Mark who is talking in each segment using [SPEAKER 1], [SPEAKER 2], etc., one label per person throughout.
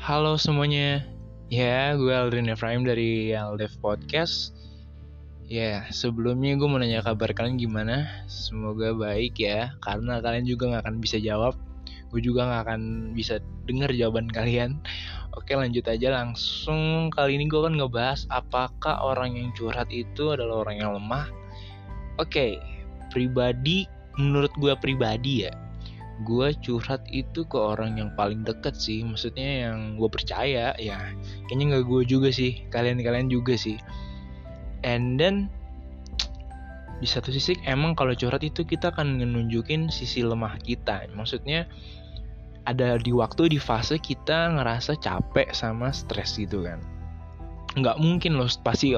[SPEAKER 1] Halo semuanya, ya gue Aldrin Efraim dari Aldev Podcast. Ya sebelumnya gue mau nanya kabar kalian gimana. Semoga baik ya, karena kalian juga gak akan bisa jawab. Gue juga gak akan bisa dengar jawaban kalian. Oke, lanjut aja langsung. Kali ini gue akan ngebahas apakah orang yang curhat itu adalah orang yang lemah. Oke, menurut gue pribadi ya, gue curhat itu ke orang yang paling deket sih, maksudnya yang gue percaya ya. Kayaknya nggak gue juga sih, kalian juga sih. And then di satu sisi emang kalau curhat itu kita akan nunjukin sisi lemah kita. Maksudnya ada di fase kita ngerasa capek sama stres gitu kan. Nggak mungkin loh pasti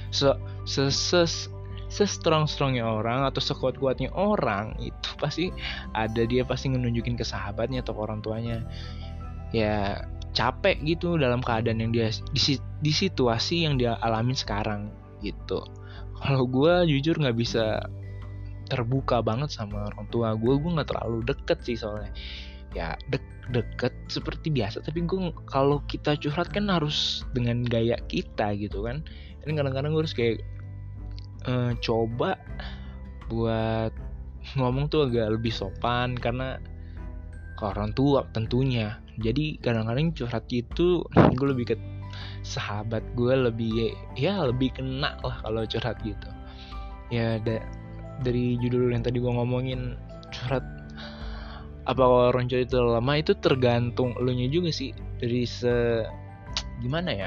[SPEAKER 1] se-strong-strongnya orang atau sekuat-kuatnya orang itu pasti dia pasti nunjukin ke sahabatnya atau ke orang tuanya. Ya capek gitu dalam keadaan yang dia di situasi yang dia alamin sekarang gitu. Kalau gue jujur nggak bisa terbuka banget sama orang tua gue nggak terlalu deket sih soalnya. Ya deket seperti biasa, tapi gue kalau kita curhat kan harus dengan gaya kita gitu kan. Dan kadang-kadang gue harus kayak coba buat ngomong tuh agak lebih sopan karena ke orang tua tentunya. Jadi kadang-kadang curhat itu gue lebih ke sahabat gue, lebih kena lah kalau curhat gitu. Ya dari judul yang tadi gue ngomongin curhat, apa orang curhat itu lama, itu tergantung elunya juga sih. Dari gimana ya,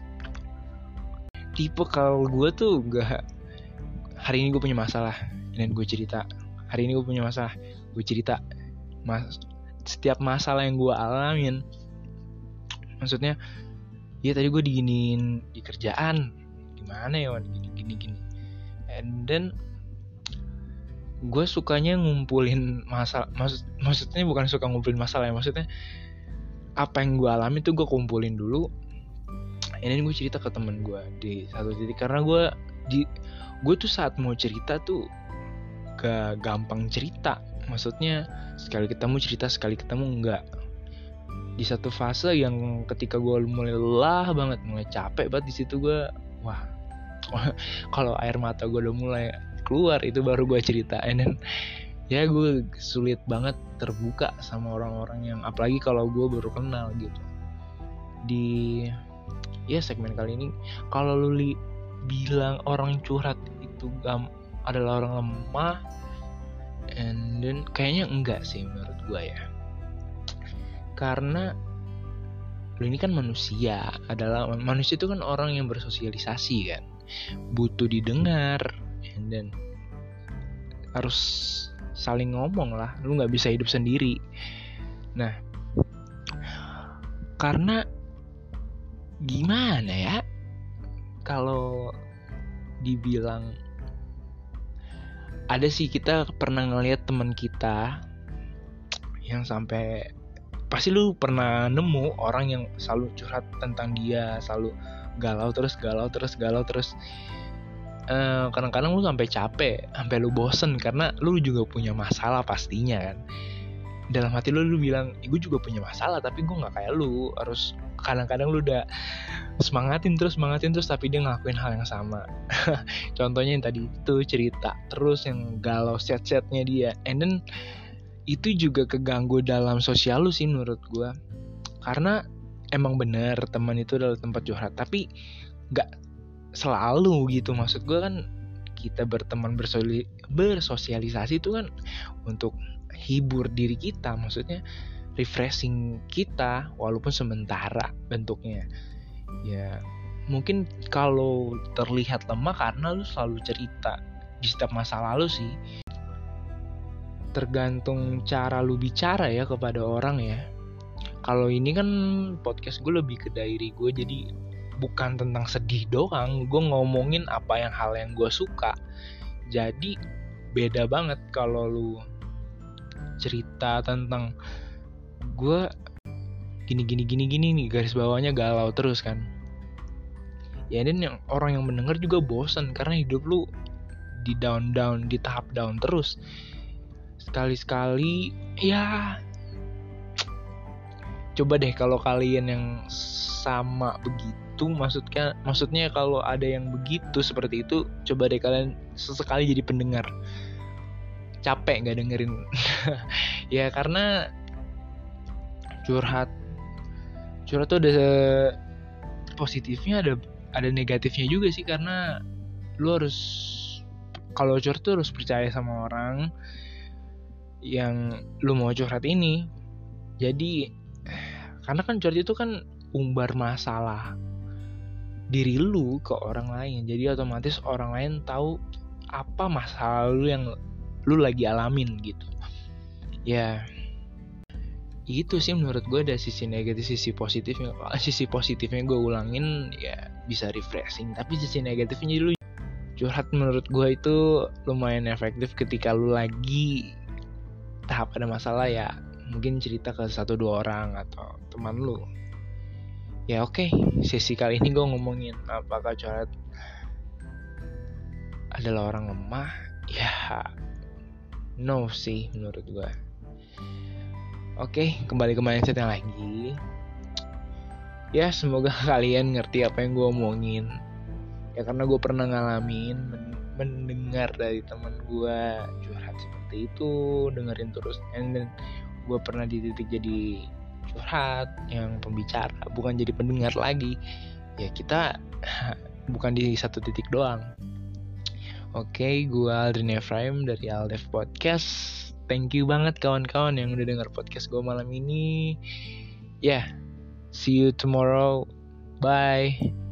[SPEAKER 1] tipe kalau gue tuh gak hari ini gue punya masalah dan gue cerita. Hari ini gue punya masalah, gue cerita. Setiap masalah yang gue alamin, maksudnya ya tadi gue diginiin di kerjaan, gimana ya gini. And then gue sukanya ngumpulin masalah, maksudnya bukan suka ngumpulin masalah ya, maksudnya apa yang gue alami tuh gue kumpulin dulu. And then gue cerita ke temen gue di satu titik, karena gue tuh saat mau cerita tuh gak gampang cerita. Maksudnya sekali ketemu cerita, sekali ketemu enggak. Di satu fase yang ketika gue mulai lelah banget, mulai capek banget, di situ gue kalau air mata gue udah mulai keluar, itu baru gue cerita. And then ya gue sulit banget terbuka sama orang-orang yang, apalagi kalau gue baru kenal gitu. Di segmen kali ini, kalau lu bilang orang curhat itu adalah orang lemah, and then kayaknya enggak sih menurut gue ya. Karena lu ini kan manusia itu kan orang yang bersosialisasi kan, butuh didengar, and then harus saling ngomong lah. Lu nggak bisa hidup sendiri. Nah, karena gimana ya, kalau dibilang ada sih, kita pernah ngeliat teman kita yang sampai, pasti lu pernah nemu orang yang selalu curhat tentang dia, selalu galau terus. Kadang-kadang lu sampai capek, sampai lu bosen karena lu juga punya masalah pastinya kan. Dalam hati lu bilang, gue juga punya masalah tapi gue nggak kayak lu. Harus kadang-kadang lu udah semangatin terus, tapi dia ngelakuin hal yang sama. Contohnya yang tadi itu cerita terus yang galau set-setnya dia, and then itu juga keganggu dalam sosial lu sih menurut gue. Karena emang bener teman itu adalah tempat curhat, tapi nggak selalu gitu. Maksud gue kan kita berteman, bersosialisasi itu kan untuk hibur diri kita, maksudnya refreshing kita, walaupun sementara bentuknya. Ya mungkin kalau terlihat lemah karena lu selalu cerita di setiap masa lalu sih. Tergantung cara lu bicara ya kepada orang ya. Kalau ini kan podcast gue lebih ke diary gue, jadi bukan tentang sedih doang, gue ngomongin hal yang gue suka. Jadi beda banget kalau lu cerita tentang gue gini nih, garis bawahnya galau terus kan. Ya dan orang yang mendengar juga bosan karena hidup lu di tahap down terus. Sekali-sekali ya Coba deh kalau kalian yang sama begitu, maksudnya kalau ada yang begitu seperti itu, coba deh kalian sesekali jadi pendengar. Capek nggak dengerin? Ya karena curhat tuh ada positifnya, ada negatifnya juga sih, karena lu harus, kalau curhat tuh harus percaya sama orang yang lu mau curhat ini. Jadi karena kan curhat itu kan umbar masalah diri lu ke orang lain, jadi otomatis orang lain tahu apa masalah lu yang lu lagi alamin gitu. Ya itu sih menurut gue, ada sisi negatif, sisi positifnya. Sisi positifnya gue ulangin ya bisa refreshing, tapi sisi negatifnya lu curhat menurut gue itu lumayan efektif ketika lu lagi tahap ada masalah, ya mungkin cerita ke 1-2 orang atau teman lu. Ya oke, sesi kali ini gue ngomongin apakah curhat adalah orang lemah. Ya no sih menurut gue. Oke, kembali ke mindsetnya lagi. Ya semoga kalian ngerti apa yang gue omongin. Ya karena gue pernah ngalamin mendengar dari teman gue curhat seperti itu, dengerin terus, dan gue pernah di titik jadi curhat yang pembicara, bukan jadi pendengar lagi. Ya kita bukan di satu titik doang. Oke, gue Aldrin Efraim dari Aldev Podcast. Thank you banget kawan-kawan yang udah denger podcast gue malam ini. Yeah, see you tomorrow. Bye.